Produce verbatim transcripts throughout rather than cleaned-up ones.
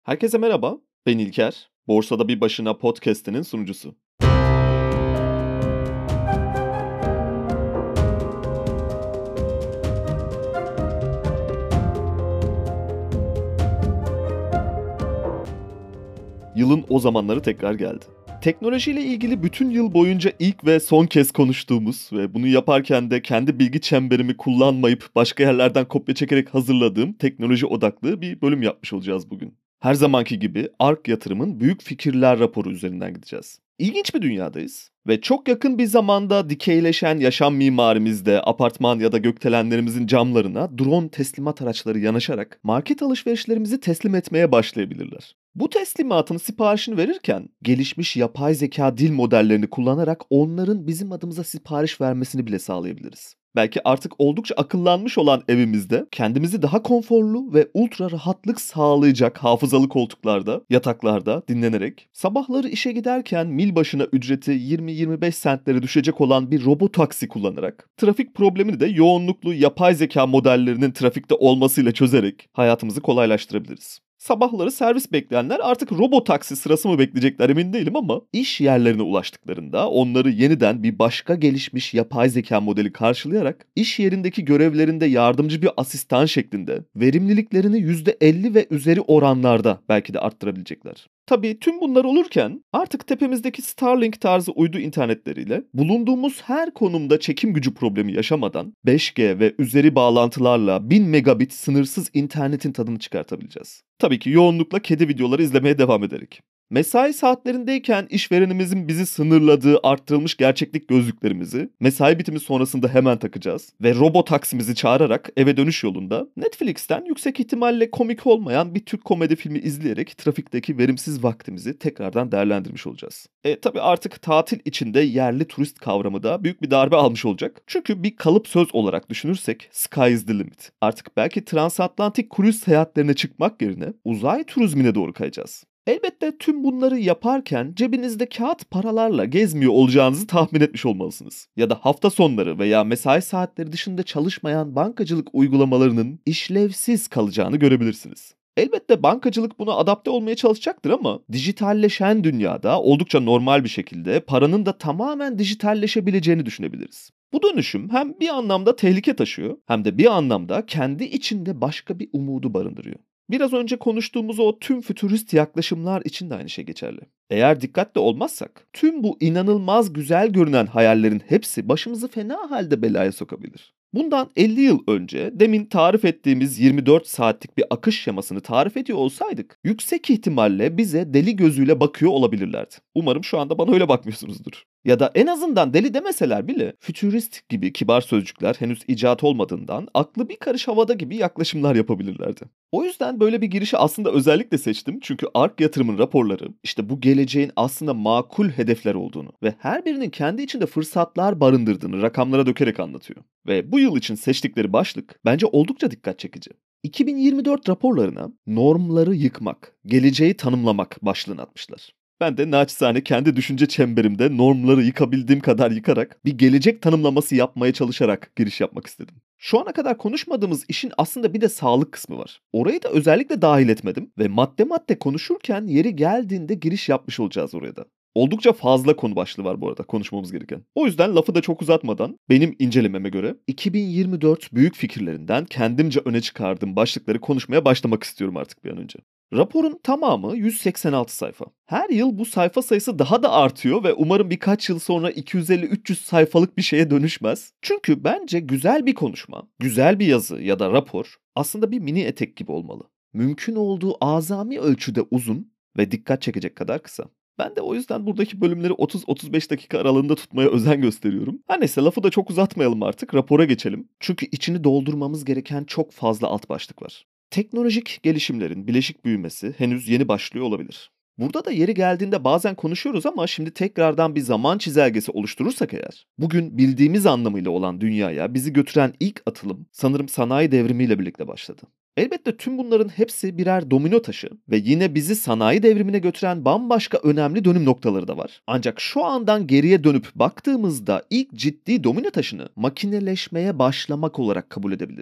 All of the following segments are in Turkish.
Herkese merhaba, ben İlker. Borsada Bir Başına podcast'inin sunucusu. Yılın o zamanları tekrar geldi. Teknolojiyle ilgili bütün yıl boyunca ilk ve son kez konuştuğumuz ve bunu yaparken de kendi bilgi çemberimi kullanmayıp başka yerlerden kopya çekerek hazırladığım teknoloji odaklı bir bölüm yapmış olacağız bugün. Her zamanki gibi ARK Yatırım'ın Büyük Fikirler raporu üzerinden gideceğiz. İlginç bir dünyadayız ve çok yakın bir zamanda dikeyleşen yaşam mimarimizde apartman ya da gökdelenlerimizin camlarına drone teslimat araçları yanaşarak market alışverişlerimizi teslim etmeye başlayabilirler. Bu teslimatın siparişini verirken gelişmiş yapay zeka dil modellerini kullanarak onların bizim adımıza sipariş vermesini bile sağlayabiliriz. Belki artık oldukça akıllanmış olan evimizde kendimizi daha konforlu ve ultra rahatlık sağlayacak hafızalı koltuklarda, yataklarda dinlenerek sabahları işe giderken mil başına ücreti yirmi yirmi beş sentlere düşecek olan bir robotaksi kullanarak trafik problemini de yoğunluklu yapay zeka modellerinin trafikte olmasıyla çözerek hayatımızı kolaylaştırabiliriz. Sabahları servis bekleyenler artık robotaksi sırası mı bekleyecekler emin değilim ama iş yerlerine ulaştıklarında onları yeniden bir başka gelişmiş yapay zeka modeli karşılayarak iş yerindeki görevlerinde yardımcı bir asistan şeklinde verimliliklerini yüzde elli ve üzeri oranlarda belki de arttırabilecekler. Tabii tüm bunlar olurken artık tepemizdeki Starlink tarzı uydu internetleriyle bulunduğumuz her konumda çekim gücü problemi yaşamadan beş G ve üzeri bağlantılarla bin megabit sınırsız internetin tadını çıkartabileceğiz. Tabii ki yoğunlukla kedi videoları izlemeye devam ederek. Mesai saatlerindeyken işverenimizin bizi sınırladığı arttırılmış gerçeklik gözlüklerimizi mesai bitimi sonrasında hemen takacağız ve robo taksimizi çağırarak eve dönüş yolunda Netflix'ten yüksek ihtimalle komik olmayan bir Türk komedi filmi izleyerek trafikteki verimsiz vaktimizi tekrardan değerlendirmiş olacağız. E tabi artık tatil içinde yerli turist kavramı da büyük bir darbe almış olacak. Çünkü bir kalıp söz olarak düşünürsek sky is the limit. Artık belki transatlantik kruz seyahatlerine çıkmak yerine uzay turizmine doğru kayacağız. Elbette tüm bunları yaparken cebinizde kağıt paralarla gezmiyor olacağınızı tahmin etmiş olmalısınız. Ya da hafta sonları veya mesai saatleri dışında çalışmayan bankacılık uygulamalarının işlevsiz kalacağını görebilirsiniz. Elbette bankacılık buna adapte olmaya çalışacaktır ama dijitalleşen dünyada oldukça normal bir şekilde paranın da tamamen dijitalleşebileceğini düşünebiliriz. Bu dönüşüm hem bir anlamda tehlike taşıyor hem de bir anlamda kendi içinde başka bir umudu barındırıyor. Biraz önce konuştuğumuz o tüm fütürist yaklaşımlar için de aynı şey geçerli. Eğer dikkatli olmazsak tüm bu inanılmaz güzel görünen hayallerin hepsi başımızı fena halde belaya sokabilir. Bundan elli yıl önce demin tarif ettiğimiz yirmi dört saatlik bir akış şemasını tarif ediyor olsaydık yüksek ihtimalle bize deli gözüyle bakıyor olabilirlerdi. Umarım şu anda bana öyle bakmıyorsunuzdur. Ya da en azından deli demeseler bile fütürist gibi kibar sözcükler henüz icat olmadığından aklı bir karış havada gibi yaklaşımlar yapabilirlerdi. O yüzden böyle bir girişi aslında özellikle seçtim çünkü ARK Yatırım'ın raporları işte bu geleceğin aslında makul hedefler olduğunu ve her birinin kendi içinde fırsatlar barındırdığını rakamlara dökerek anlatıyor. Ve bu yıl için seçtikleri başlık bence oldukça dikkat çekici. iki bin yirmi dört raporlarına normları yıkmak, geleceği tanımlamak başlığını atmışlar. Ben de naçizane kendi düşünce çemberimde normları yıkabildiğim kadar yıkarak bir gelecek tanımlaması yapmaya çalışarak giriş yapmak istedim. Şu ana kadar konuşmadığımız işin aslında bir de sağlık kısmı var. Orayı da özellikle dahil etmedim ve madde madde konuşurken yeri geldiğinde giriş yapmış olacağız oraya da. Oldukça fazla konu başlığı var bu arada konuşmamız gereken. O yüzden lafı da çok uzatmadan benim incelememe göre iki bin yirmi dört büyük fikirlerinden kendimce öne çıkardığım başlıkları konuşmaya başlamak istiyorum artık bir an önce. Raporun tamamı yüz seksen altı sayfa. Her yıl bu sayfa sayısı daha da artıyor ve umarım birkaç yıl sonra iki yüz elli üç yüz sayfalık bir şeye dönüşmez. Çünkü bence güzel bir konuşma, güzel bir yazı ya da rapor aslında bir mini etek gibi olmalı. Mümkün olduğu azami ölçüde uzun ve dikkat çekecek kadar kısa. Ben de o yüzden buradaki bölümleri otuz otuz beş dakika aralığında tutmaya özen gösteriyorum. Her neyse lafı da çok uzatmayalım artık, rapora geçelim. Çünkü içini doldurmamız gereken çok fazla alt başlık var. Teknolojik gelişimlerin bileşik büyümesi henüz yeni başlıyor olabilir. Burada da yeri geldiğinde bazen konuşuyoruz ama şimdi tekrardan bir zaman çizelgesi oluşturursak eğer, bugün bildiğimiz anlamıyla olan dünyaya bizi götüren ilk atılım sanırım sanayi devrimiyle birlikte başladı. Elbette tüm bunların hepsi birer domino taşı ve yine bizi sanayi devrimine götüren bambaşka önemli dönüm noktaları da var. Ancak şu andan geriye dönüp baktığımızda ilk ciddi domino taşını makineleşmeye başlamak olarak kabul edebiliriz.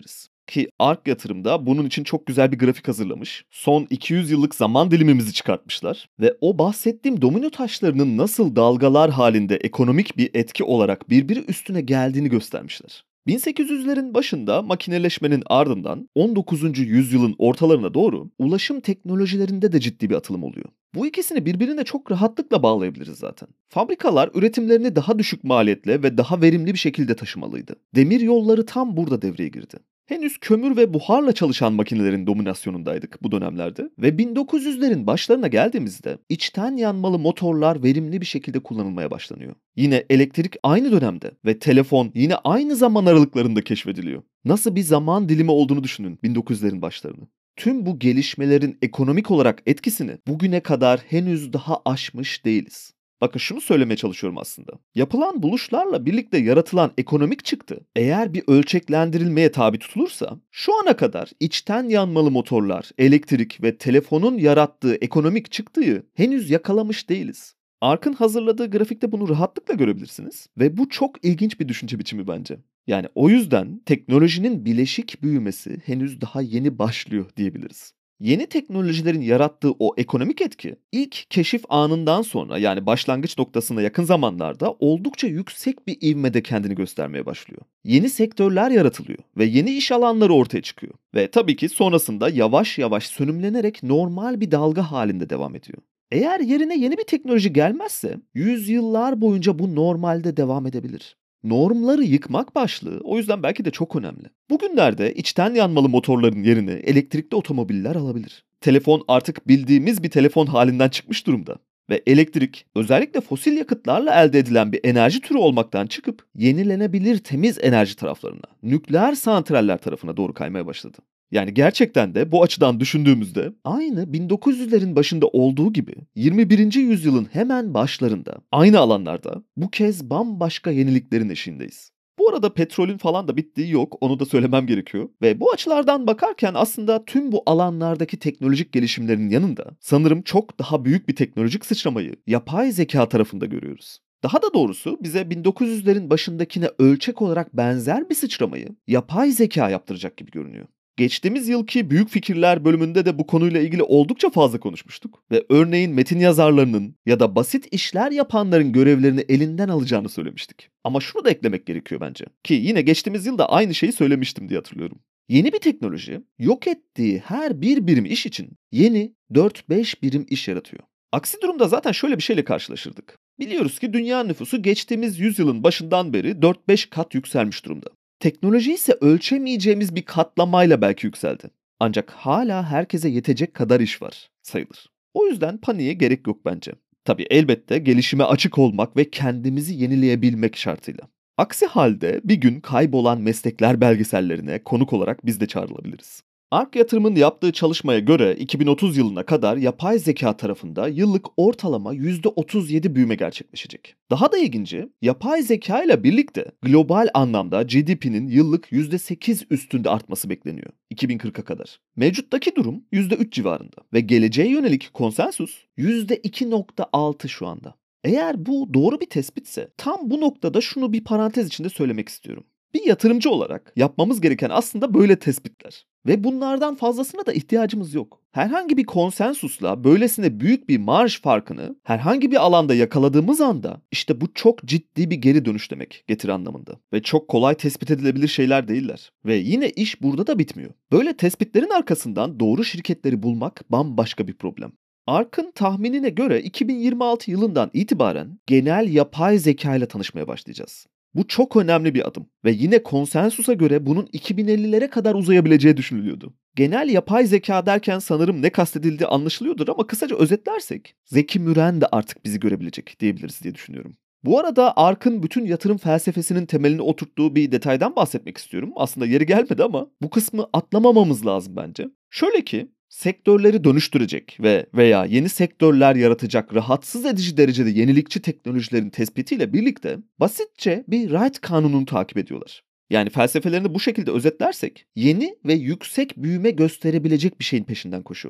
Ki Ark Yatırım'da bunun için çok güzel bir grafik hazırlamış. Son iki yüz yıllık zaman dilimimizi çıkartmışlar ve o bahsettiğim domino taşlarının nasıl dalgalar halinde ekonomik bir etki olarak birbiri üstüne geldiğini göstermişler. bin sekiz yüzlerin başında makineleşmenin ardından on dokuzuncu yüzyılın ortalarına doğru ulaşım teknolojilerinde de ciddi bir atılım oluyor. Bu ikisini birbirine çok rahatlıkla bağlayabiliriz zaten. Fabrikalar üretimlerini daha düşük maliyetle ve daha verimli bir şekilde taşımalıydı. Demir yolları tam burada devreye girdi. Henüz kömür ve buharla çalışan makinelerin dominasyonundaydık bu dönemlerde ve bin dokuz yüzlerin başlarına geldiğimizde içten yanmalı motorlar verimli bir şekilde kullanılmaya başlanıyor. Yine elektrik aynı dönemde ve telefon yine aynı zaman aralıklarında keşfediliyor. Nasıl bir zaman dilimi olduğunu düşünün bin dokuz yüzlerin başlarını. Tüm bu gelişmelerin ekonomik olarak etkisini bugüne kadar henüz daha aşmış değiliz. Bakın şunu söylemeye çalışıyorum aslında. Yapılan buluşlarla birlikte yaratılan ekonomik çıktı, eğer bir ölçeklendirilmeye tabi tutulursa, şu ana kadar içten yanmalı motorlar, elektrik ve telefonun yarattığı ekonomik çıktıyı henüz yakalamış değiliz. Ark'ın hazırladığı grafikte bunu rahatlıkla görebilirsiniz ve bu çok ilginç bir düşünce biçimi bence. Yani o yüzden teknolojinin bileşik büyümesi henüz daha yeni başlıyor diyebiliriz. Yeni teknolojilerin yarattığı o ekonomik etki ilk keşif anından sonra yani başlangıç noktasına yakın zamanlarda oldukça yüksek bir ivmede kendini göstermeye başlıyor. Yeni sektörler yaratılıyor ve yeni iş alanları ortaya çıkıyor. Ve tabii ki sonrasında yavaş yavaş sönümlenerek normal bir dalga halinde devam ediyor. Eğer yerine yeni bir teknoloji gelmezse yüzyıllar boyunca bu normalde devam edebilir. Normları yıkmak başlığı o yüzden belki de çok önemli. Bugünlerde içten yanmalı motorların yerini elektrikli otomobiller alabilir. Telefon artık bildiğimiz bir telefon halinden çıkmış durumda. Ve elektrik özellikle fosil yakıtlarla elde edilen bir enerji türü olmaktan çıkıp yenilenebilir temiz enerji taraflarına, nükleer santraller tarafına doğru kaymaya başladı. Yani gerçekten de bu açıdan düşündüğümüzde aynı bin dokuz yüzlerin başında olduğu gibi yirmi birinci yüzyılın hemen başlarında aynı alanlarda bu kez bambaşka yeniliklerin eşiğindeyiz. Bu arada petrolün falan da bittiği yok, onu da söylemem gerekiyor. Ve bu açılardan bakarken aslında tüm bu alanlardaki teknolojik gelişimlerin yanında sanırım çok daha büyük bir teknolojik sıçramayı yapay zeka tarafında görüyoruz. Daha da doğrusu bize bin dokuz yüzlerin başındakine ölçek olarak benzer bir sıçramayı yapay zeka yaptıracak gibi görünüyor. Geçtiğimiz yılki Büyük Fikirler bölümünde de bu konuyla ilgili oldukça fazla konuşmuştuk. Ve örneğin metin yazarlarının ya da basit işler yapanların görevlerini elinden alacağını söylemiştik. Ama şunu da eklemek gerekiyor bence. Ki yine geçtiğimiz yılda aynı şeyi söylemiştim diye hatırlıyorum. Yeni bir teknoloji yok ettiği her bir birim iş için yeni dört beş birim iş yaratıyor. Aksi durumda zaten şöyle bir şeyle karşılaşırdık. Biliyoruz ki dünya nüfusu geçtiğimiz yüzyılın başından beri dört beş kat yükselmiş durumda. Teknoloji ise ölçemeyeceğimiz bir katlamayla belki yükseldi. Ancak hala herkese yetecek kadar iş var sayılır. O yüzden paniğe gerek yok bence. Tabii elbette gelişime açık olmak ve kendimizi yenileyebilmek şartıyla. Aksi halde bir gün kaybolan meslekler belgesellerine konuk olarak biz de çağrılabiliriz. Ark Yatırım'ın yaptığı çalışmaya göre iki bin otuz yılına kadar yapay zeka tarafında yıllık ortalama yüzde otuz yedi büyüme gerçekleşecek. Daha da ilginci, yapay zeka ile birlikte global anlamda G D P'nin yıllık yüzde sekiz üstünde artması bekleniyor iki bin kırka kadar. Mevcuttaki durum yüzde üç civarında ve geleceğe yönelik konsensus yüzde iki nokta altı şu anda. Eğer bu doğru bir tespitse tam bu noktada şunu bir parantez içinde söylemek istiyorum. Bir yatırımcı olarak yapmamız gereken aslında böyle tespitler. Ve bunlardan fazlasına da ihtiyacımız yok. Herhangi bir konsensusla böylesine büyük bir marj farkını herhangi bir alanda yakaladığımız anda işte bu çok ciddi bir geri dönüş demek getiri anlamında. Ve çok kolay tespit edilebilir şeyler değiller. Ve yine iş burada da bitmiyor. Böyle tespitlerin arkasından doğru şirketleri bulmak bambaşka bir problem. Ark'ın tahminine göre iki bin yirmi altı yılından itibaren genel yapay zeka ile tanışmaya başlayacağız. Bu çok önemli bir adım ve yine konsensusa göre bunun iki bin ellilere kadar uzayabileceği düşünülüyordu. Genel yapay zeka derken sanırım ne kastedildiği anlaşılıyordur ama kısaca özetlersek Zeki Müren de artık bizi görebilecek diyebiliriz diye düşünüyorum. Bu arada Ark'ın bütün yatırım felsefesinin temelini oturttuğu bir detaydan bahsetmek istiyorum. Aslında yeri gelmedi ama bu kısmı atlamamamız lazım bence. Şöyle ki sektörleri dönüştürecek ve veya yeni sektörler yaratacak rahatsız edici derecede yenilikçi teknolojilerin tespitiyle birlikte basitçe bir Wright kanununu takip ediyorlar. Yani felsefelerini bu şekilde özetlersek yeni ve yüksek büyüme gösterebilecek bir şeyin peşinden koşuyorlar.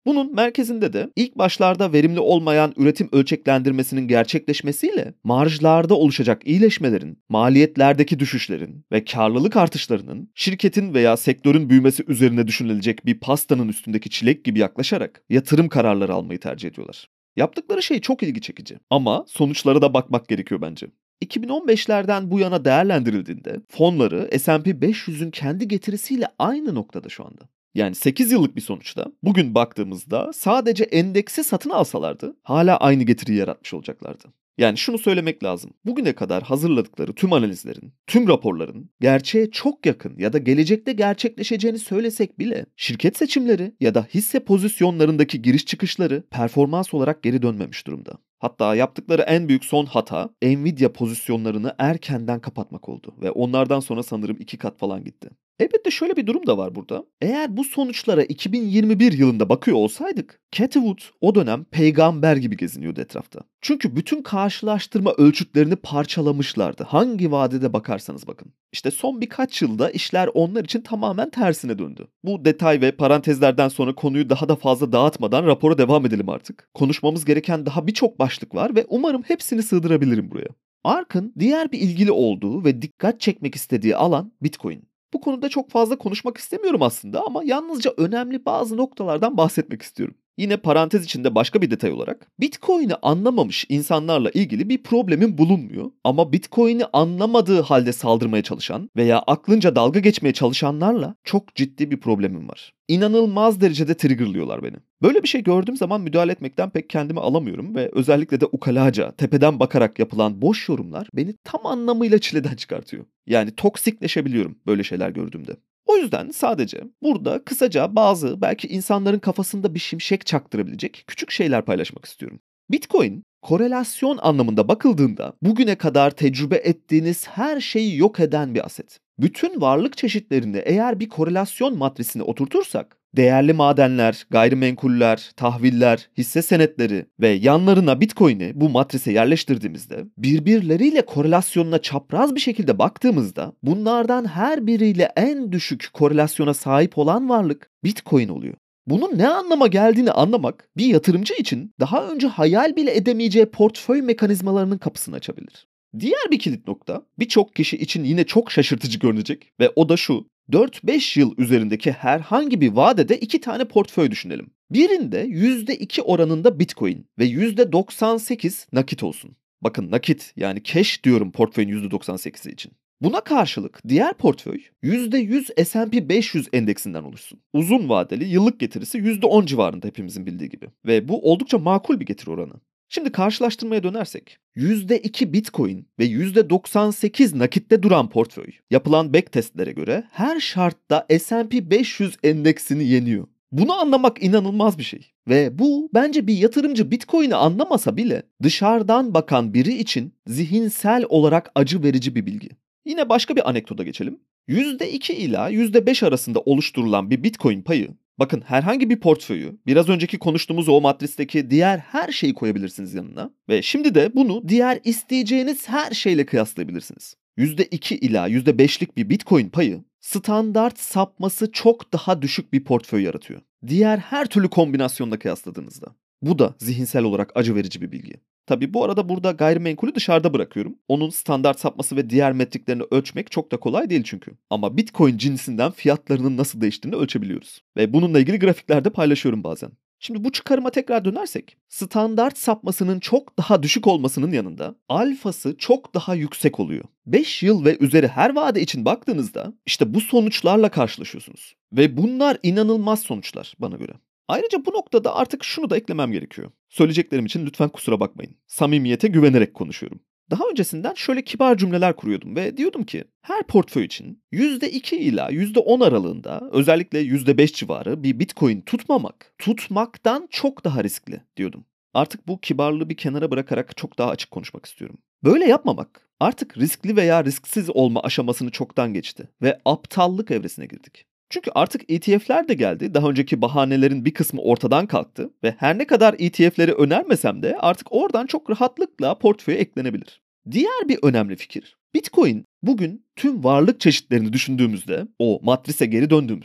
Bunun merkezinde de ilk başlarda verimli olmayan üretim ölçeklendirmesinin gerçekleşmesiyle marjlarda oluşacak iyileşmelerin, maliyetlerdeki düşüşlerin ve karlılık artışlarının şirketin veya sektörün büyümesi üzerine düşünülecek bir pastanın üstündeki çilek gibi yaklaşarak yatırım kararları almayı tercih ediyorlar. Yaptıkları şey çok ilgi çekici ama sonuçlara da bakmak gerekiyor bence. iki bin on beşlerden bu yana değerlendirildiğinde fonları S and P beş yüzün kendi getirisiyle aynı noktada şu anda. Yani sekiz yıllık bir sonuçta bugün baktığımızda sadece endeksi satın alsalardı hala aynı getiriyi yaratmış olacaklardı. Yani şunu söylemek lazım. Bugüne kadar hazırladıkları tüm analizlerin, tüm raporların gerçeğe çok yakın ya da gelecekte gerçekleşeceğini söylesek bile şirket seçimleri ya da hisse pozisyonlarındaki giriş çıkışları performans olarak geri dönmemiş durumda. Hatta yaptıkları en büyük son hata Nvidia pozisyonlarını erkenden kapatmak oldu ve onlardan sonra sanırım iki kat falan gitti. Elbette şöyle bir durum da var burada. Eğer bu sonuçlara iki bin yirmi bir yılında bakıyor olsaydık, Cathie Wood o dönem peygamber gibi geziniyordu etrafta. Çünkü bütün karşılaştırma ölçütlerini parçalamışlardı. Hangi vadede bakarsanız bakın. İşte son birkaç yılda işler onlar için tamamen tersine döndü. Bu detay ve parantezlerden sonra konuyu daha da fazla dağıtmadan rapora devam edelim artık. Konuşmamız gereken daha birçok başlık var ve umarım hepsini sığdırabilirim buraya. Ark'ın diğer bir ilgili olduğu ve dikkat çekmek istediği alan Bitcoin. Bu konuda çok fazla konuşmak istemiyorum aslında ama yalnızca önemli bazı noktalardan bahsetmek istiyorum. Yine parantez içinde başka bir detay olarak Bitcoin'i anlamamış insanlarla ilgili bir problemin bulunmuyor. Ama Bitcoin'i anlamadığı halde saldırmaya çalışan veya aklınca dalga geçmeye çalışanlarla çok ciddi bir problemim var. İnanılmaz derecede triggerlıyorlar beni. Böyle bir şey gördüğüm zaman müdahale etmekten pek kendimi alamıyorum ve özellikle de ukalaca, tepeden bakarak yapılan boş yorumlar beni tam anlamıyla çileden çıkartıyor. Yani toksikleşebiliyorum böyle şeyler gördüğümde. O yüzden sadece burada kısaca bazı belki insanların kafasında bir şimşek çaktırabilecek küçük şeyler paylaşmak istiyorum. Bitcoin, korelasyon anlamında bakıldığında bugüne kadar tecrübe ettiğiniz her şeyi yok eden bir aset. Bütün varlık çeşitlerinde eğer bir korelasyon matrisini oturtursak, değerli madenler, gayrimenkuller, tahviller, hisse senetleri ve yanlarına Bitcoin'i bu matrise yerleştirdiğimizde birbirleriyle korelasyonuna çapraz bir şekilde baktığımızda bunlardan her biriyle en düşük korelasyona sahip olan varlık Bitcoin oluyor. Bunun ne anlama geldiğini anlamak bir yatırımcı için daha önce hayal bile edemeyeceği portföy mekanizmalarının kapısını açabilir. Diğer bir kilit nokta birçok kişi için yine çok şaşırtıcı görünecek ve o da şu. dört beş yıl üzerindeki herhangi bir vadede iki tane portföy düşünelim. Birinde yüzde iki oranında Bitcoin ve yüzde doksan sekiz nakit olsun. Bakın nakit yani cash diyorum portföyün yüzde doksan sekizi için. Buna karşılık diğer portföy yüzde yüz S and P beş yüz endeksinden oluşsun. Uzun vadeli yıllık getirisi yüzde on civarında hepimizin bildiği gibi. Ve bu oldukça makul bir getiri oranı. Şimdi karşılaştırmaya dönersek yüzde iki Bitcoin ve yüzde doksan sekiz nakitte duran portföy yapılan backtestlere göre her şartta S and P beş yüz endeksini yeniyor. Bunu anlamak inanılmaz bir şey. Ve bu bence bir yatırımcı Bitcoin'i anlamasa bile dışarıdan bakan biri için zihinsel olarak acı verici bir bilgi. Yine başka bir anekdota geçelim. yüzde iki ila yüzde beş arasında oluşturulan bir Bitcoin payı, bakın herhangi bir portföyü, biraz önceki konuştuğumuz o matristeki diğer her şeyi koyabilirsiniz yanına ve şimdi de bunu diğer isteyeceğiniz her şeyle kıyaslayabilirsiniz. yüzde iki ila yüzde beşlik bir Bitcoin payı standart sapması çok daha düşük bir portföy yaratıyor. Diğer her türlü kombinasyonla kıyasladığınızda. Bu da zihinsel olarak acı verici bir bilgi. Tabii bu arada burada gayrimenkulü dışarıda bırakıyorum. Onun standart sapması ve diğer metriklerini ölçmek çok da kolay değil çünkü. Ama Bitcoin cinsinden fiyatlarının nasıl değiştiğini ölçebiliyoruz. Ve bununla ilgili grafiklerde paylaşıyorum bazen. Şimdi bu çıkarıma tekrar dönersek, standart sapmasının çok daha düşük olmasının yanında alfası çok daha yüksek oluyor. beş yıl ve üzeri her vade için baktığınızda işte bu sonuçlarla karşılaşıyorsunuz. Ve bunlar inanılmaz sonuçlar bana göre. Ayrıca bu noktada artık şunu da eklemem gerekiyor. Söyleyeceklerim için lütfen kusura bakmayın. Samimiyete güvenerek konuşuyorum. Daha öncesinden şöyle kibar cümleler kuruyordum ve diyordum ki her portföy için yüzde iki ila yüzde on aralığında özellikle yüzde beş civarı bir Bitcoin tutmamak, tutmaktan çok daha riskli diyordum. Artık bu kibarlığı bir kenara bırakarak çok daha açık konuşmak istiyorum. Böyle yapmamak artık riskli veya risksiz olma aşamasını çoktan geçti ve aptallık evresine girdik. Çünkü artık E T F'ler de geldi. Daha önceki bahanelerin bir kısmı ortadan kalktı ve her ne kadar E T F'leri önermesem de artık oradan çok rahatlıkla portföye eklenebilir. Diğer bir önemli fikir. Bitcoin bugün tüm varlık çeşitlerini düşündüğümüzde, o matrise geri döndüğümüzde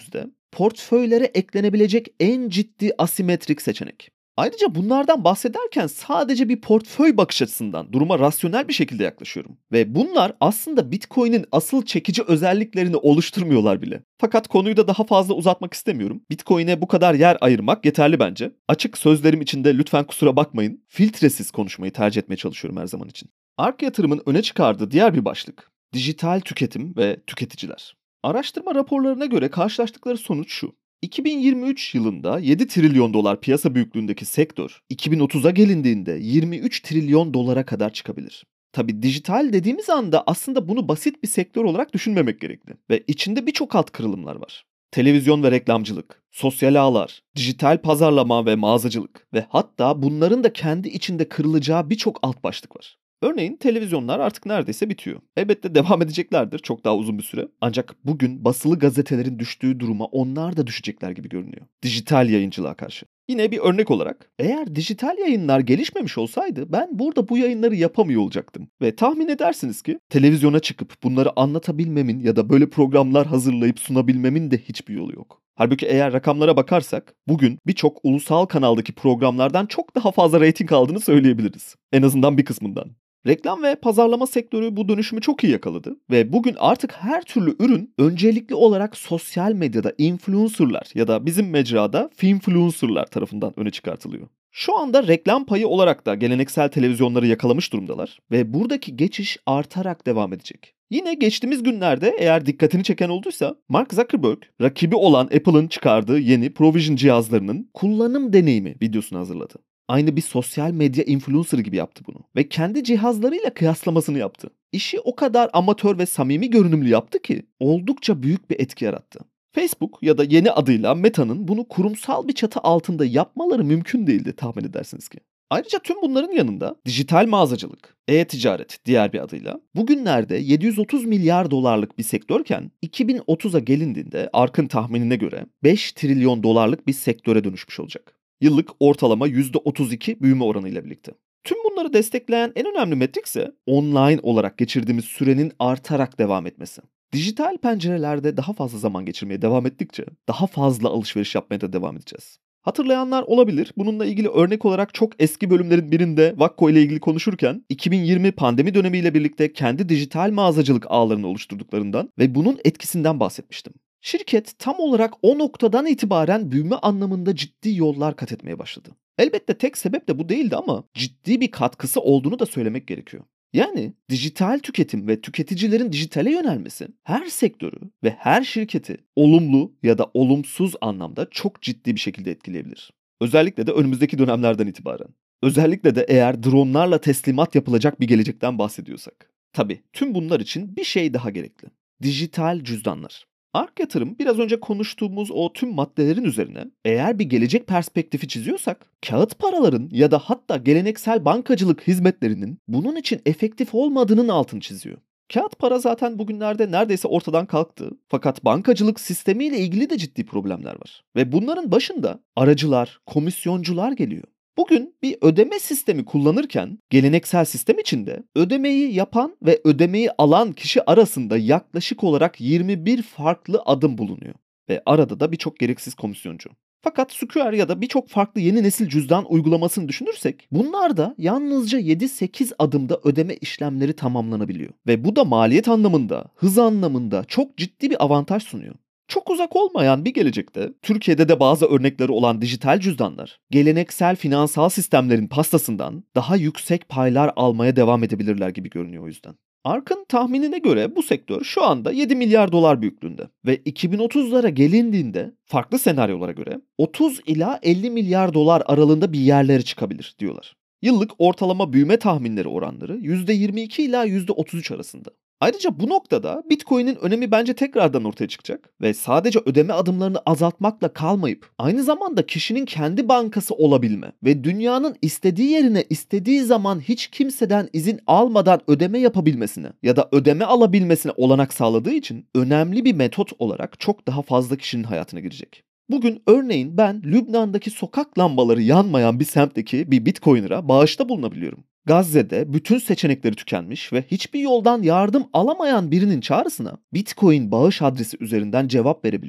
portföylere eklenebilecek en ciddi asimetrik seçenek. Ayrıca bunlardan bahsederken sadece bir portföy bakış açısından duruma rasyonel bir şekilde yaklaşıyorum. Ve bunlar aslında Bitcoin'in asıl çekici özelliklerini oluşturmuyorlar bile. Fakat konuyu da daha fazla uzatmak istemiyorum. Bitcoin'e bu kadar yer ayırmak yeterli bence. Açık sözlerim için de lütfen kusura bakmayın. Filtresiz konuşmayı tercih etmeye çalışıyorum her zaman için. Ark Yatırım'ın öne çıkardığı diğer bir başlık: dijital tüketim ve tüketiciler. Araştırma raporlarına göre karşılaştıkları sonuç şu: iki bin yirmi üç yılında yedi trilyon dolar piyasa büyüklüğündeki sektör, iki bin otuza gelindiğinde yirmi üç trilyon dolara kadar çıkabilir. Tabii dijital dediğimiz anda aslında bunu basit bir sektör olarak düşünmemek gerekli. Ve içinde birçok alt kırılımlar var. Televizyon ve reklamcılık, sosyal ağlar, dijital pazarlama ve mağazacılık ve hatta bunların da kendi içinde kırılacağı birçok alt başlık var. Örneğin televizyonlar artık neredeyse bitiyor. Elbette devam edeceklerdir çok daha uzun bir süre. Ancak bugün basılı gazetelerin düştüğü duruma onlar da düşecekler gibi görünüyor. Dijital yayıncılığa karşı. Yine bir örnek olarak, eğer dijital yayınlar gelişmemiş olsaydı ben burada bu yayınları yapamıyor olacaktım. Ve tahmin edersiniz ki televizyona çıkıp bunları anlatabilmemin ya da böyle programlar hazırlayıp sunabilmemin de hiçbir yolu yok. Halbuki eğer rakamlara bakarsak bugün birçok ulusal kanaldaki programlardan çok daha fazla reyting aldığını söyleyebiliriz. En azından bir kısmından. Reklam ve pazarlama sektörü bu dönüşümü çok iyi yakaladı ve bugün artık her türlü ürün öncelikli olarak sosyal medyada influencerlar ya da bizim mecrada finfluencerlar tarafından öne çıkartılıyor. Şu anda reklam payı olarak da geleneksel televizyonları yakalamış durumdalar ve buradaki geçiş artarak devam edecek. Yine geçtiğimiz günlerde eğer dikkatini çeken olduysa Mark Zuckerberg rakibi olan Apple'ın çıkardığı yeni Provision cihazlarının kullanım deneyimi videosunu hazırladı. Aynı bir sosyal medya influencer gibi yaptı bunu ve kendi cihazlarıyla kıyaslamasını yaptı. İşi o kadar amatör ve samimi görünümlü yaptı ki oldukça büyük bir etki yarattı. Facebook ya da yeni adıyla Meta'nın bunu kurumsal bir çatı altında yapmaları mümkün değildi tahmin edersiniz ki. Ayrıca tüm bunların yanında dijital mağazacılık, e-ticaret diğer bir adıyla bugünlerde yedi yüz otuz milyar dolarlık bir sektörken iki bin otuza gelindiğinde Ark'ın tahminine göre beş trilyon dolarlık bir sektöre dönüşmüş olacak. Yıllık ortalama yüzde otuz iki büyüme oranıyla birlikte. Tüm bunları destekleyen en önemli metrik ise online olarak geçirdiğimiz sürenin artarak devam etmesi. Dijital pencerelerde daha fazla zaman geçirmeye devam ettikçe daha fazla alışveriş yapmaya da devam edeceğiz. Hatırlayanlar olabilir. Bununla ilgili örnek olarak çok eski bölümlerin birinde Vakko ile ilgili konuşurken iki bin yirmi pandemi dönemiyle birlikte kendi dijital mağazacılık ağlarını oluşturduklarından ve bunun etkisinden bahsetmiştim. Şirket tam olarak o noktadan itibaren büyüme anlamında ciddi yollar kat etmeye başladı. Elbette tek sebep de bu değildi ama ciddi bir katkısı olduğunu da söylemek gerekiyor. Yani dijital tüketim ve tüketicilerin dijitale yönelmesi her sektörü ve her şirketi olumlu ya da olumsuz anlamda çok ciddi bir şekilde etkileyebilir. Özellikle de önümüzdeki dönemlerden itibaren. Özellikle de eğer dronlarla teslimat yapılacak bir gelecekten bahsediyorsak. Tabii tüm bunlar için bir şey daha gerekli. Dijital cüzdanlar. Ark Yatırım biraz önce konuştuğumuz o tüm maddelerin üzerine eğer bir gelecek perspektifi çiziyorsak kağıt paraların ya da hatta geleneksel bankacılık hizmetlerinin bunun için efektif olmadığının altını çiziyor. Kağıt para zaten bugünlerde neredeyse ortadan kalktı. Fakat bankacılık sistemiyle ilgili de ciddi problemler var. Ve bunların başında aracılar, komisyoncular geliyor. Bugün bir ödeme sistemi kullanırken geleneksel sistem içinde ödemeyi yapan ve ödemeyi alan kişi arasında yaklaşık olarak yirmi bir farklı adım bulunuyor. Ve arada da birçok gereksiz komisyoncu. Fakat Square ya da birçok farklı yeni nesil cüzdan uygulamasını düşünürsek bunlar da yalnızca yedi sekiz adımda ödeme işlemleri tamamlanabiliyor. Ve bu da maliyet anlamında, hız anlamında çok ciddi bir avantaj sunuyor. Çok uzak olmayan bir gelecekte Türkiye'de de bazı örnekleri olan dijital cüzdanlar geleneksel finansal sistemlerin pastasından daha yüksek paylar almaya devam edebilirler gibi görünüyor o yüzden. Ark'ın tahminine göre bu sektör şu anda yedi milyar dolar büyüklüğünde ve iki bin otuzlara gelindiğinde farklı senaryolara göre otuz ila elli milyar dolar aralığında bir yerlere çıkabilir diyorlar. Yıllık ortalama büyüme tahminleri oranları yüzde yirmi iki ila yüzde otuz üç arasında. Ayrıca bu noktada Bitcoin'in önemi bence tekrardan ortaya çıkacak ve sadece ödeme adımlarını azaltmakla kalmayıp aynı zamanda kişinin kendi bankası olabilme ve dünyanın istediği yerine istediği zaman hiç kimseden izin almadan ödeme yapabilmesine ya da ödeme alabilmesine olanak sağladığı için önemli bir metot olarak çok daha fazla kişinin hayatına girecek. Bugün örneğin ben Lübnan'daki sokak lambaları yanmayan bir semtteki bir Bitcoiner'a bağışta bulunabiliyorum. Gazze'de bütün seçenekleri tükenmiş ve hiçbir yoldan yardım alamayan birinin çağrısına Bitcoin bağış adresi üzerinden cevap verebiliyorum.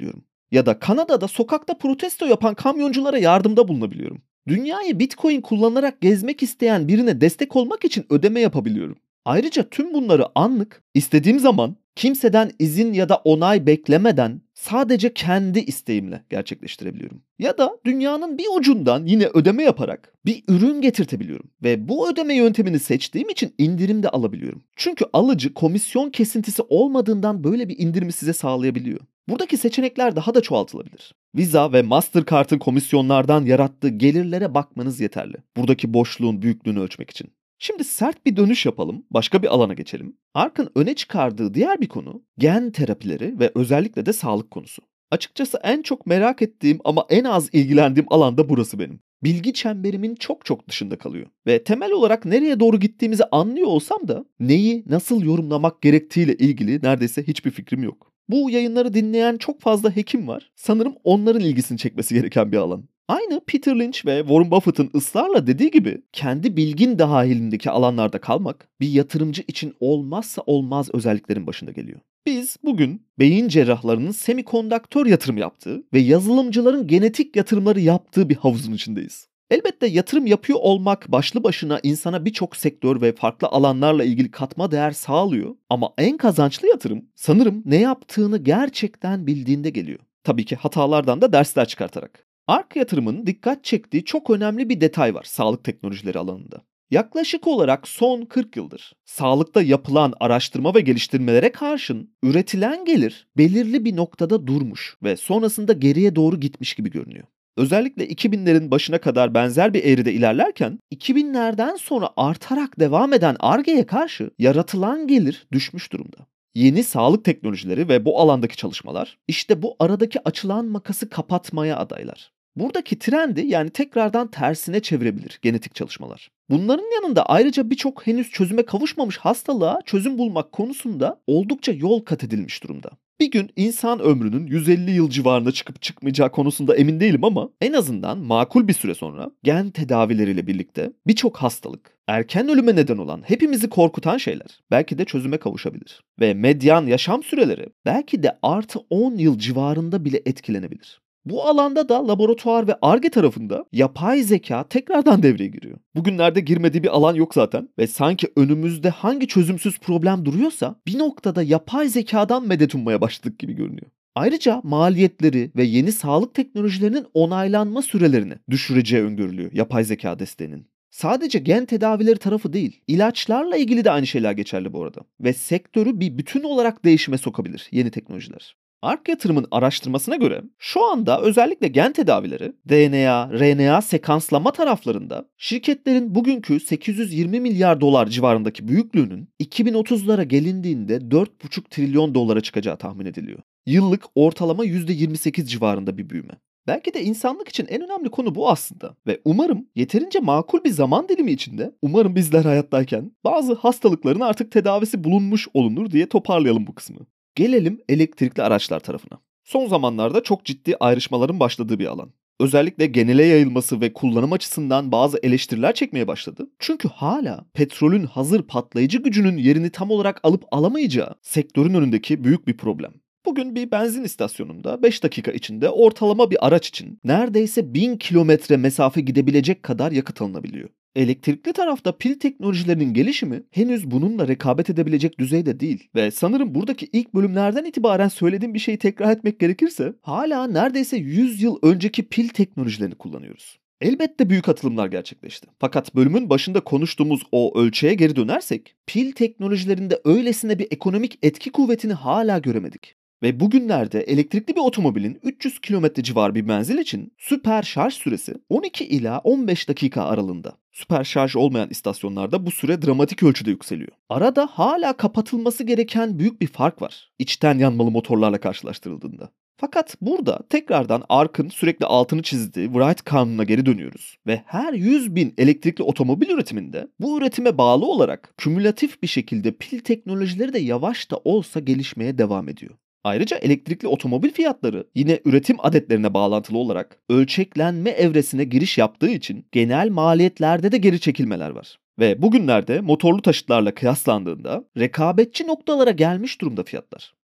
Ya da Kanada'da sokakta protesto yapan kamyonculara yardımda bulunabiliyorum. Dünyayı Bitcoin kullanarak gezmek isteyen birine destek olmak için ödeme yapabiliyorum. Ayrıca tüm bunları anlık, istediğim zaman, kimseden izin ya da onay beklemeden sadece kendi isteğimle gerçekleştirebiliyorum. Ya da dünyanın bir ucundan yine ödeme yaparak bir ürün getirtebiliyorum. Ve bu ödeme yöntemini seçtiğim için indirim de alabiliyorum. Çünkü alıcı komisyon kesintisi olmadığından böyle bir indirimi size sağlayabiliyor. Buradaki seçenekler daha da çoğaltılabilir. Visa ve Mastercard'ın komisyonlardan yarattığı gelirlere bakmanız yeterli. Buradaki boşluğun büyüklüğünü ölçmek için. Şimdi sert bir dönüş yapalım, başka bir alana geçelim. Ark'ın öne çıkardığı diğer bir konu gen terapileri ve özellikle de sağlık konusu. Açıkçası en çok merak ettiğim ama en az ilgilendiğim alan da burası benim. Bilgi çemberimin çok çok dışında kalıyor. Ve temel olarak nereye doğru gittiğimizi anlıyor olsam da neyi nasıl yorumlamak gerektiğiyle ilgili neredeyse hiçbir fikrim yok. Bu yayınları dinleyen çok fazla hekim var. Sanırım onların ilgisini çekmesi gereken bir alan. Aynı Peter Lynch ve Warren Buffett'ın ısrarla dediği gibi kendi bilgin dahilindeki alanlarda kalmak bir yatırımcı için olmazsa olmaz özelliklerin başında geliyor. Biz bugün beyin cerrahlarının semikondaktör yatırım yaptığı ve yazılımcıların genetik yatırımları yaptığı bir havuzun içindeyiz. Elbette yatırım yapıyor olmak başlı başına insana birçok sektör ve farklı alanlarla ilgili katma değer sağlıyor. Ama en kazançlı yatırım sanırım ne yaptığını gerçekten bildiğinde geliyor. Tabii ki hatalardan da dersler çıkartarak. Ark yatırımının dikkat çektiği çok önemli bir detay var sağlık teknolojileri alanında. Yaklaşık olarak son kırk yıldır sağlıkta yapılan araştırma ve geliştirmelere karşın üretilen gelir belirli bir noktada durmuş ve sonrasında geriye doğru gitmiş gibi görünüyor. Özellikle iki binlerin başına kadar benzer bir eğride ilerlerken iki binlerden sonra artarak devam eden Ar-Ge'ye karşı yaratılan gelir düşmüş durumda. Yeni sağlık teknolojileri ve bu alandaki çalışmalar işte bu aradaki açılan makası kapatmaya adaylar. Buradaki trendi yani tekrardan tersine çevirebilir genetik çalışmalar. Bunların yanında ayrıca birçok henüz çözüme kavuşmamış hastalığa çözüm bulmak konusunda oldukça yol kat edilmiş durumda. Bir gün insan ömrünün yüz elli yıl civarında çıkıp çıkmayacağı konusunda emin değilim ama en azından makul bir süre sonra gen tedavileriyle birlikte birçok hastalık, erken ölüme neden olan, hepimizi korkutan şeyler belki de çözüme kavuşabilir. Ve medyan yaşam süreleri belki de artı on yıl civarında bile etkilenebilir. Bu alanda da laboratuvar ve Ar-Ge tarafında yapay zeka tekrardan devreye giriyor. Bugünlerde girmediği bir alan yok zaten ve sanki önümüzde hangi çözümsüz problem duruyorsa bir noktada yapay zekadan medet ummaya başladık gibi görünüyor. Ayrıca maliyetleri ve yeni sağlık teknolojilerinin onaylanma sürelerini düşüreceği öngörülüyor yapay zeka desteğinin. Sadece gen tedavileri tarafı değil, ilaçlarla ilgili de aynı şeyler geçerli bu arada. Ve sektörü bir bütün olarak değişime sokabilir yeni teknolojiler. Ark yatırımın araştırmasına göre şu anda özellikle gen tedavileri, D N A, R N A sekanslama taraflarında şirketlerin bugünkü sekiz yüz yirmi milyar dolar civarındaki büyüklüğünün iki bin otuzlara gelindiğinde dört buçuk trilyon dolara çıkacağı tahmin ediliyor. Yıllık ortalama yüzde yirmi sekiz civarında bir büyüme. Belki de insanlık için en önemli konu bu aslında ve umarım yeterince makul bir zaman dilimi içinde, umarım bizler hayattayken bazı hastalıkların artık tedavisi bulunmuş olunur diye toparlayalım bu kısmı. Gelelim elektrikli araçlar tarafına. Son zamanlarda çok ciddi ayrışmaların başladığı bir alan. Özellikle genele yayılması ve kullanım açısından bazı eleştiriler çekmeye başladı. Çünkü hala petrolün hazır patlayıcı gücünün yerini tam olarak alıp alamayacağı sektörün önündeki büyük bir problem. Bugün bir benzin istasyonunda beş dakika içinde ortalama bir araç için neredeyse bin kilometre mesafe gidebilecek kadar yakıt alınabiliyor. Elektrikli tarafta pil teknolojilerinin gelişimi henüz bununla rekabet edebilecek düzeyde değil. Ve sanırım buradaki ilk bölümlerden itibaren söylediğim bir şeyi tekrar etmek gerekirse hala neredeyse yüz yıl önceki pil teknolojilerini kullanıyoruz. Elbette büyük atılımlar gerçekleşti. Fakat bölümün başında konuştuğumuz o ölçeğe geri dönersek pil teknolojilerinde öylesine bir ekonomik etki kuvvetini hala göremedik. Ve bugünlerde elektrikli bir otomobilin üç yüz kilometre civarı bir menzil için süper şarj süresi on iki ila on beş dakika aralığında. Süper şarj olmayan istasyonlarda bu süre dramatik ölçüde yükseliyor. Arada hala kapatılması gereken büyük bir fark var, İçten yanmalı motorlarla karşılaştırıldığında. Fakat burada tekrardan Ark'ın sürekli altını çizdiği Wright kanununa geri dönüyoruz. Ve her yüz bin elektrikli otomobil üretiminde bu üretime bağlı olarak kümülatif bir şekilde pil teknolojileri de yavaş da olsa gelişmeye devam ediyor. Ayrıca elektrikli otomobil fiyatları yine üretim adetlerine bağlantılı olarak ölçeklenme evresine giriş yaptığı için genel maliyetlerde de geri çekilmeler var. Ve bugünlerde motorlu taşıtlarla kıyaslandığında rekabetçi noktalara gelmiş durumda fiyatlar.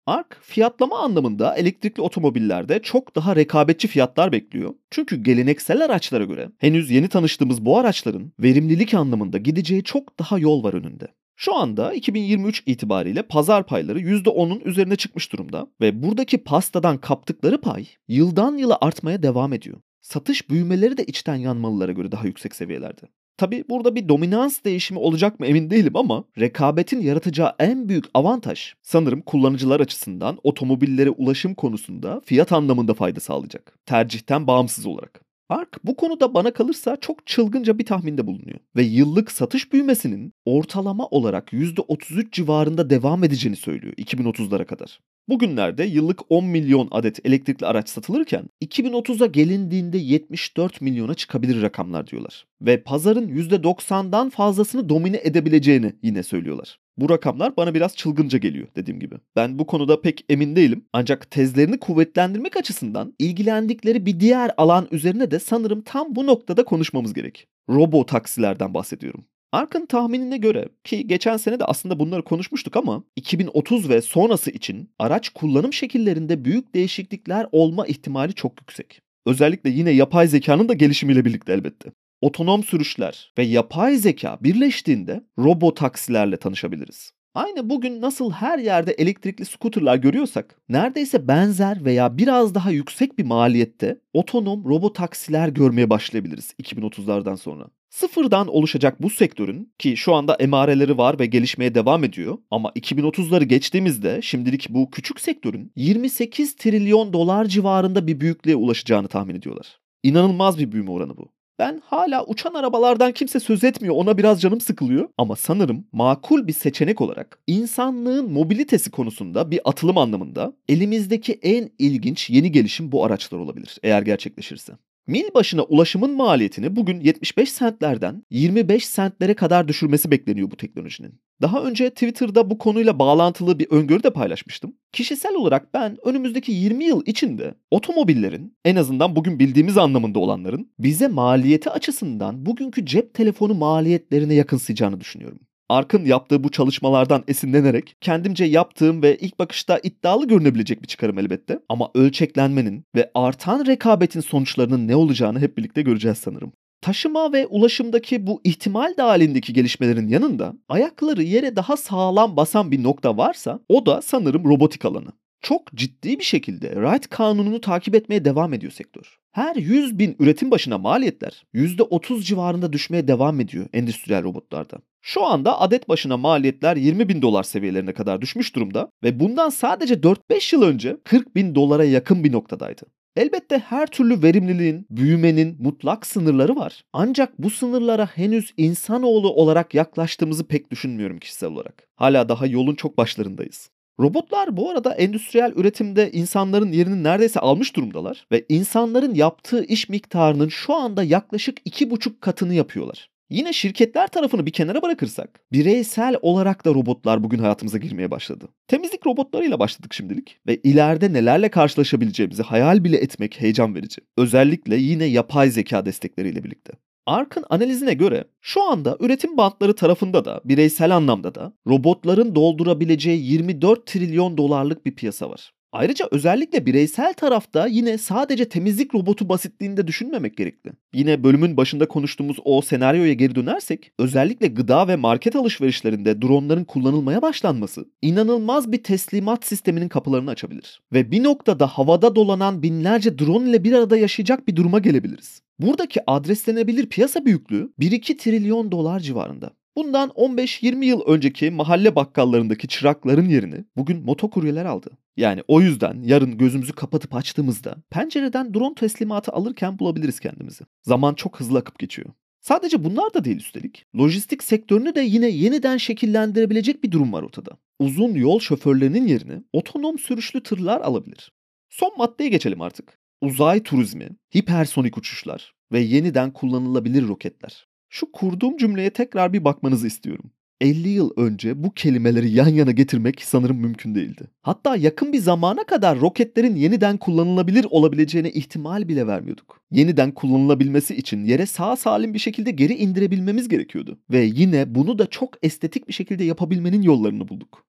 Ark, fiyatlama anlamında elektrikli otomobillerde çok daha rekabetçi fiyatlar bekliyor. Çünkü geleneksel araçlara göre henüz yeni tanıştığımız bu araçların verimlilik anlamında gideceği çok daha yol var önünde. Şu anda iki bin yirmi üç itibariyle pazar payları yüzde onun üzerine çıkmış durumda ve buradaki pastadan kaptıkları pay yıldan yıla artmaya devam ediyor. Satış büyümeleri de içten yanmalılara göre daha yüksek seviyelerde. Tabii burada bir dominans değişimi olacak mı emin değilim ama rekabetin yaratacağı en büyük avantaj sanırım kullanıcılar açısından otomobillere ulaşım konusunda fiyat anlamında fayda sağlayacak. Tercihten bağımsız olarak. Ark bu konuda bana kalırsa çok çılgınca bir tahminde bulunuyor ve yıllık satış büyümesinin ortalama olarak yüzde otuz üç civarında devam edeceğini söylüyor iki bin otuzlara kadar. Bugünlerde yıllık on milyon adet elektrikli araç satılırken iki bin otuza gelindiğinde yetmiş dört milyona çıkabilir rakamlar diyorlar. Ve pazarın yüzde doksandan fazlasını domine edebileceğini yine söylüyorlar. Bu rakamlar bana biraz çılgınca geliyor dediğim gibi. Ben bu konuda pek emin değilim. Ancak tezlerini kuvvetlendirmek açısından ilgilendikleri bir diğer alan üzerine de sanırım tam bu noktada konuşmamız gerek. Robo taksilerden bahsediyorum. Ark'ın tahminine göre ki geçen sene de aslında bunları konuşmuştuk ama iki bin otuz ve sonrası için araç kullanım şekillerinde büyük değişiklikler olma ihtimali çok yüksek. Özellikle yine yapay zekanın da gelişimiyle birlikte elbette. Otonom sürüşler ve yapay zeka birleştiğinde robo taksilerle tanışabiliriz. Aynı bugün nasıl her yerde elektrikli scooterlar görüyorsak, neredeyse benzer veya biraz daha yüksek bir maliyette otonom robo taksiler görmeye başlayabiliriz iki bin otuzlardan sonra. Sıfırdan oluşacak bu sektörün ki şu anda emareleri var ve gelişmeye devam ediyor ama iki bin otuzları geçtiğimizde şimdilik bu küçük sektörün yirmi sekiz trilyon dolar civarında bir büyüklüğe ulaşacağını tahmin ediyorlar. İnanılmaz bir büyüme oranı bu. Ben hala uçan arabalardan kimse söz etmiyor, ona biraz canım sıkılıyor. Ama sanırım makul bir seçenek olarak insanlığın mobilitesi konusunda bir atılım anlamında elimizdeki en ilginç yeni gelişim bu araçlar olabilir eğer gerçekleşirse. Mil başına ulaşımın maliyetini bugün yetmiş beş sentlerden yirmi beş sentlere kadar düşürmesi bekleniyor bu teknolojinin. Daha önce Twitter'da bu konuyla bağlantılı bir öngörü de paylaşmıştım. Kişisel olarak ben önümüzdeki yirmi yıl içinde otomobillerin, en azından bugün bildiğimiz anlamında olanların, bize maliyeti açısından bugünkü cep telefonu maliyetlerine yakınsayacağını düşünüyorum. Ark'ın yaptığı bu çalışmalardan esinlenerek kendimce yaptığım ve ilk bakışta iddialı görünebilecek bir çıkarım elbette. Ama ölçeklenmenin ve artan rekabetin sonuçlarının ne olacağını hep birlikte göreceğiz sanırım. Taşıma ve ulaşımdaki bu ihtimal dahilindeki gelişmelerin yanında ayakları yere daha sağlam basan bir nokta varsa o da sanırım robotik alanı. Çok ciddi bir şekilde Wright kanununu takip etmeye devam ediyor sektör. Her yüz bin üretim başına maliyetler yüzde otuz civarında düşmeye devam ediyor endüstriyel robotlarda. Şu anda adet başına maliyetler yirmi bin dolar seviyelerine kadar düşmüş durumda ve bundan sadece dört beş yıl önce kırk bin dolara yakın bir noktadaydı. Elbette her türlü verimliliğin, büyümenin mutlak sınırları var. Ancak bu sınırlara henüz insanoğlu olarak yaklaştığımızı pek düşünmüyorum kişisel olarak. Hala daha yolun çok başlarındayız. Robotlar bu arada endüstriyel üretimde insanların yerini neredeyse almış durumdalar ve insanların yaptığı iş miktarının şu anda yaklaşık iki buçuk katını yapıyorlar. Yine şirketler tarafını bir kenara bırakırsak, bireysel olarak da robotlar bugün hayatımıza girmeye başladı. Temizlik robotlarıyla başladık şimdilik ve ileride nelerle karşılaşabileceğimizi hayal bile etmek heyecan verici. Özellikle yine yapay zeka destekleriyle birlikte. Ark'ın analizine göre şu anda üretim bantları tarafında da bireysel anlamda da robotların doldurabileceği yirmi dört trilyon dolarlık bir piyasa var. Ayrıca özellikle bireysel tarafta yine sadece temizlik robotu basitliğinde düşünmemek gerekli. Yine bölümün başında konuştuğumuz o senaryoya geri dönersek, özellikle gıda ve market alışverişlerinde dronların kullanılmaya başlanması inanılmaz bir teslimat sisteminin kapılarını açabilir. Ve bir noktada havada dolanan binlerce drone ile bir arada yaşayacak bir duruma gelebiliriz. Buradaki adreslenebilir piyasa büyüklüğü bir iki trilyon dolar civarında. Bundan on beş yirmi yıl önceki mahalle bakkallarındaki çırakların yerini bugün motokuryeler aldı. Yani o yüzden yarın gözümüzü kapatıp açtığımızda pencereden drone teslimatı alırken bulabiliriz kendimizi. Zaman çok hızlı akıp geçiyor. Sadece bunlar da değil üstelik. Lojistik sektörünü de yine yeniden şekillendirebilecek bir durum var ortada. Uzun yol şoförlerinin yerini otonom sürüşlü tırlar alabilir. Son maddeye geçelim artık. Uzay turizmi, hipersonik uçuşlar ve yeniden kullanılabilir roketler. Şu kurduğum cümleye tekrar bir bakmanızı istiyorum. elli yıl önce bu kelimeleri yan yana getirmek sanırım mümkün değildi. Hatta yakın bir zamana kadar roketlerin yeniden kullanılabilir olabileceğine ihtimal bile vermiyorduk. Yeniden kullanılabilmesi için yere sağ salim bir şekilde geri indirebilmemiz gerekiyordu. Ve yine bunu da çok estetik bir şekilde yapabilmenin yollarını bulduk.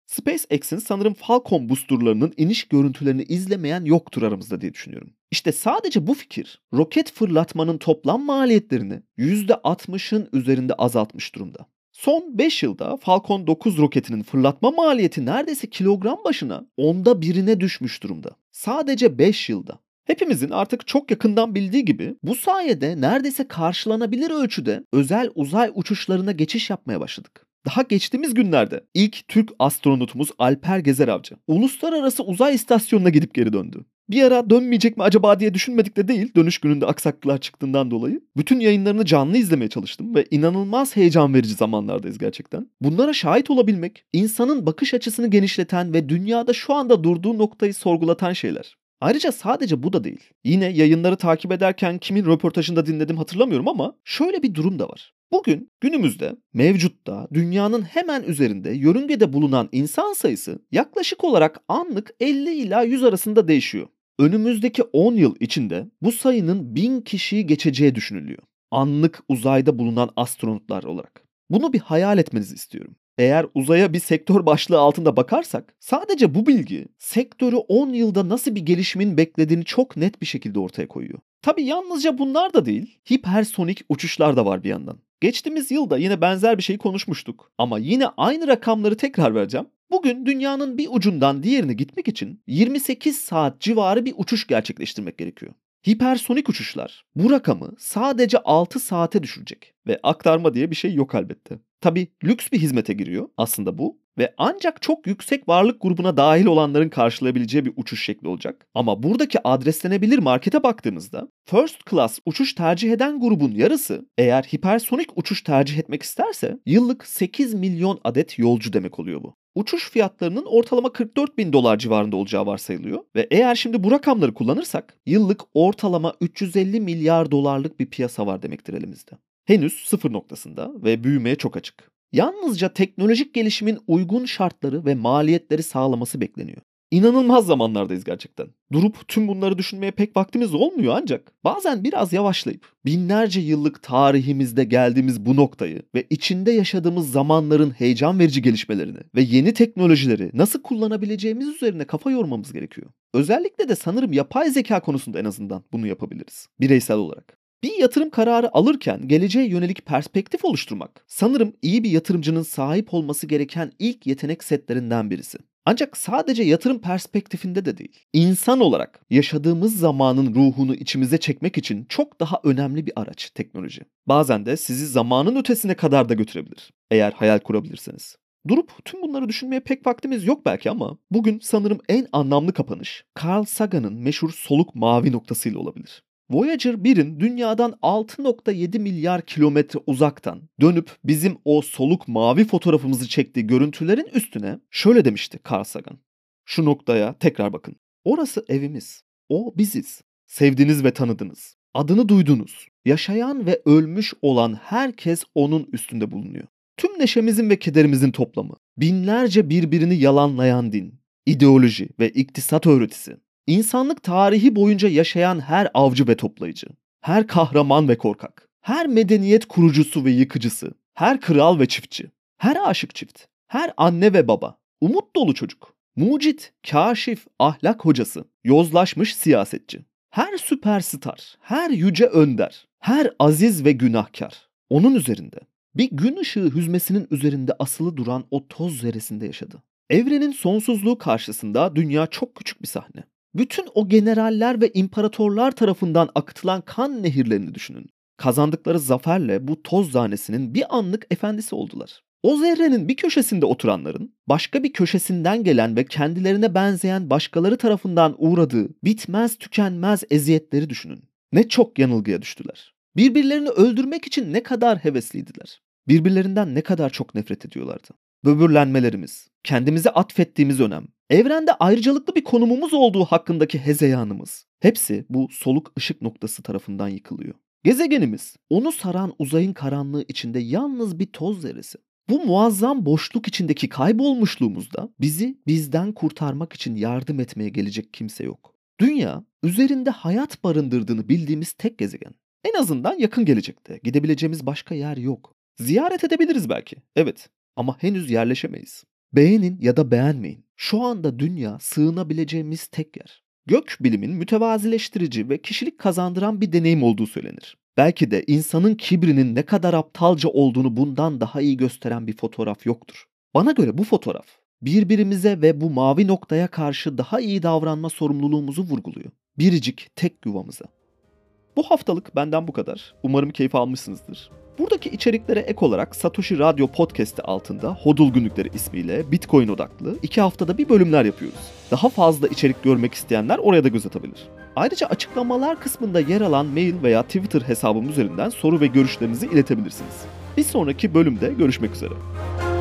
SpaceX'in sanırım Falcon boosterlarının iniş görüntülerini izlemeyen yoktur aramızda diye düşünüyorum. İşte sadece bu fikir roket fırlatmanın toplam maliyetlerini yüzde altmışın üzerinde azaltmış durumda. Son beş yılda Falcon dokuz roketinin fırlatma maliyeti neredeyse kilogram başına onda birine düşmüş durumda. Sadece beş yılda. Hepimizin artık çok yakından bildiği gibi bu sayede neredeyse karşılanabilir ölçüde özel uzay uçuşlarına geçiş yapmaya başladık. Daha geçtiğimiz günlerde ilk Türk astronotumuz Alper Gezer Avcı uluslararası uzay istasyonuna gidip geri döndü. Bir ara dönmeyecek mi acaba diye düşünmedik de değil, dönüş gününde aksaklıklar çıktığından dolayı. Bütün yayınlarını canlı izlemeye çalıştım ve inanılmaz heyecan verici zamanlardayız gerçekten. Bunlara şahit olabilmek, insanın bakış açısını genişleten ve dünyada şu anda durduğu noktayı sorgulatan şeyler. Ayrıca sadece bu da değil. Yine yayınları takip ederken kimin röportajında dinledim hatırlamıyorum ama şöyle bir durum da var. Bugün günümüzde mevcutta dünyanın hemen üzerinde yörüngede bulunan insan sayısı yaklaşık olarak anlık elli ila yüz arasında değişiyor. Önümüzdeki on yıl içinde bu sayının bin kişiyi geçeceği düşünülüyor. Anlık uzayda bulunan astronotlar olarak. Bunu bir hayal etmenizi istiyorum. Eğer uzaya bir sektör başlığı altında bakarsak sadece bu bilgi sektörü on yılda nasıl bir gelişimin beklediğini çok net bir şekilde ortaya koyuyor. Tabii yalnızca bunlar da değil, hipersonik uçuşlar da var bir yandan. Geçtiğimiz yılda yine benzer bir şey konuşmuştuk ama yine aynı rakamları tekrar vereceğim. Bugün dünyanın bir ucundan diğerine gitmek için yirmi sekiz saat civarı bir uçuş gerçekleştirmek gerekiyor. Hipersonik uçuşlar bu rakamı sadece altı saate düşürecek ve aktarma diye bir şey yok elbette. Tabii lüks bir hizmete giriyor aslında bu ve ancak çok yüksek varlık grubuna dahil olanların karşılayabileceği bir uçuş şekli olacak. Ama buradaki adreslenebilir markete baktığımızda first class uçuş tercih eden grubun yarısı eğer hipersonik uçuş tercih etmek isterse yıllık sekiz milyon adet yolcu demek oluyor bu. Uçuş fiyatlarının ortalama kırk dört bin dolar civarında olacağı varsayılıyor ve eğer şimdi bu rakamları kullanırsak yıllık ortalama üç yüz elli milyar dolarlık bir piyasa var demektir elimizde. Henüz sıfır noktasında ve büyümeye çok açık. Yalnızca teknolojik gelişimin uygun şartları ve maliyetleri sağlaması bekleniyor. İnanılmaz zamanlardayız gerçekten. Durup tüm bunları düşünmeye pek vaktimiz olmuyor ancak bazen biraz yavaşlayıp binlerce yıllık tarihimizde geldiğimiz bu noktayı ve içinde yaşadığımız zamanların heyecan verici gelişmelerini ve yeni teknolojileri nasıl kullanabileceğimiz üzerine kafa yormamız gerekiyor. Özellikle de sanırım yapay zeka konusunda en azından bunu yapabiliriz bireysel olarak. Bir yatırım kararı alırken geleceğe yönelik perspektif oluşturmak sanırım iyi bir yatırımcının sahip olması gereken ilk yetenek setlerinden birisi. Ancak sadece yatırım perspektifinde de değil. İnsan olarak yaşadığımız zamanın ruhunu içimize çekmek için çok daha önemli bir araç teknoloji. Bazen de sizi zamanın ötesine kadar da götürebilir. Eğer hayal kurabilirseniz. Durup tüm bunları düşünmeye pek vaktimiz yok belki ama bugün sanırım en anlamlı kapanış Carl Sagan'ın meşhur soluk mavi noktasıyla olabilir. Voyager birin dünyadan altı nokta yedi milyar kilometre uzaktan dönüp bizim o soluk mavi fotoğrafımızı çektiği görüntülerin üstüne şöyle demişti Carl Sagan. Şu noktaya tekrar bakın. Orası evimiz. O biziz. Sevdiniz ve tanıdınız. Adını duydunuz. Yaşayan ve ölmüş olan herkes onun üstünde bulunuyor. Tüm neşemizin ve kederimizin toplamı. Binlerce birbirini yalanlayan din, ideoloji ve iktisat öğretisi. İnsanlık tarihi boyunca yaşayan her avcı ve toplayıcı, her kahraman ve korkak, her medeniyet kurucusu ve yıkıcısı, her kral ve çiftçi, her aşık çift, her anne ve baba, umut dolu çocuk, mucit, kâşif, ahlak hocası, yozlaşmış siyasetçi, her süperstar, her yüce önder, her aziz ve günahkar, onun üzerinde, bir gün ışığı hüzmesinin üzerinde asılı duran o toz zerresinde yaşadı. Evrenin sonsuzluğu karşısında dünya çok küçük bir sahne. Bütün o generaller ve imparatorlar tarafından akıtılan kan nehirlerini düşünün. Kazandıkları zaferle bu toz tanesinin bir anlık efendisi oldular. O zerrenin bir köşesinde oturanların başka bir köşesinden gelen ve kendilerine benzeyen başkaları tarafından uğradığı bitmez tükenmez eziyetleri düşünün. Ne çok yanılgıya düştüler. Birbirlerini öldürmek için ne kadar hevesliydiler. Birbirlerinden ne kadar çok nefret ediyorlardı. Böbürlenmelerimiz, kendimize atfettiğimiz önem, evrende ayrıcalıklı bir konumumuz olduğu hakkındaki hezeyanımız, hepsi bu soluk ışık noktası tarafından yıkılıyor. Gezegenimiz, onu saran uzayın karanlığı içinde yalnız bir toz zerresi. Bu muazzam boşluk içindeki kaybolmuşluğumuzda bizi bizden kurtarmak için yardım etmeye gelecek kimse yok. Dünya, üzerinde hayat barındırdığını bildiğimiz tek gezegen. En azından yakın gelecekte gidebileceğimiz başka yer yok. Ziyaret edebiliriz belki, evet, ama henüz yerleşemeyiz. Beğenin ya da beğenmeyin. Şu anda dünya sığınabileceğimiz tek yer. Gök bilimin mütevazileştirici ve kişilik kazandıran bir deneyim olduğu söylenir. Belki de insanın kibrinin ne kadar aptalca olduğunu bundan daha iyi gösteren bir fotoğraf yoktur. Bana göre bu fotoğraf birbirimize ve bu mavi noktaya karşı daha iyi davranma sorumluluğumuzu vurguluyor. Biricik tek yuvamıza. Bu haftalık benden bu kadar. Umarım keyif almışsınızdır. Buradaki içeriklere ek olarak Satoshi Radyo Podcast'i altında Hodl Günlükleri ismiyle Bitcoin odaklı iki haftada bir bölümler yapıyoruz. Daha fazla içerik görmek isteyenler oraya da göz atabilir. Ayrıca açıklamalar kısmında yer alan mail veya Twitter hesabım üzerinden soru ve görüşlerinizi iletebilirsiniz. Bir sonraki bölümde görüşmek üzere.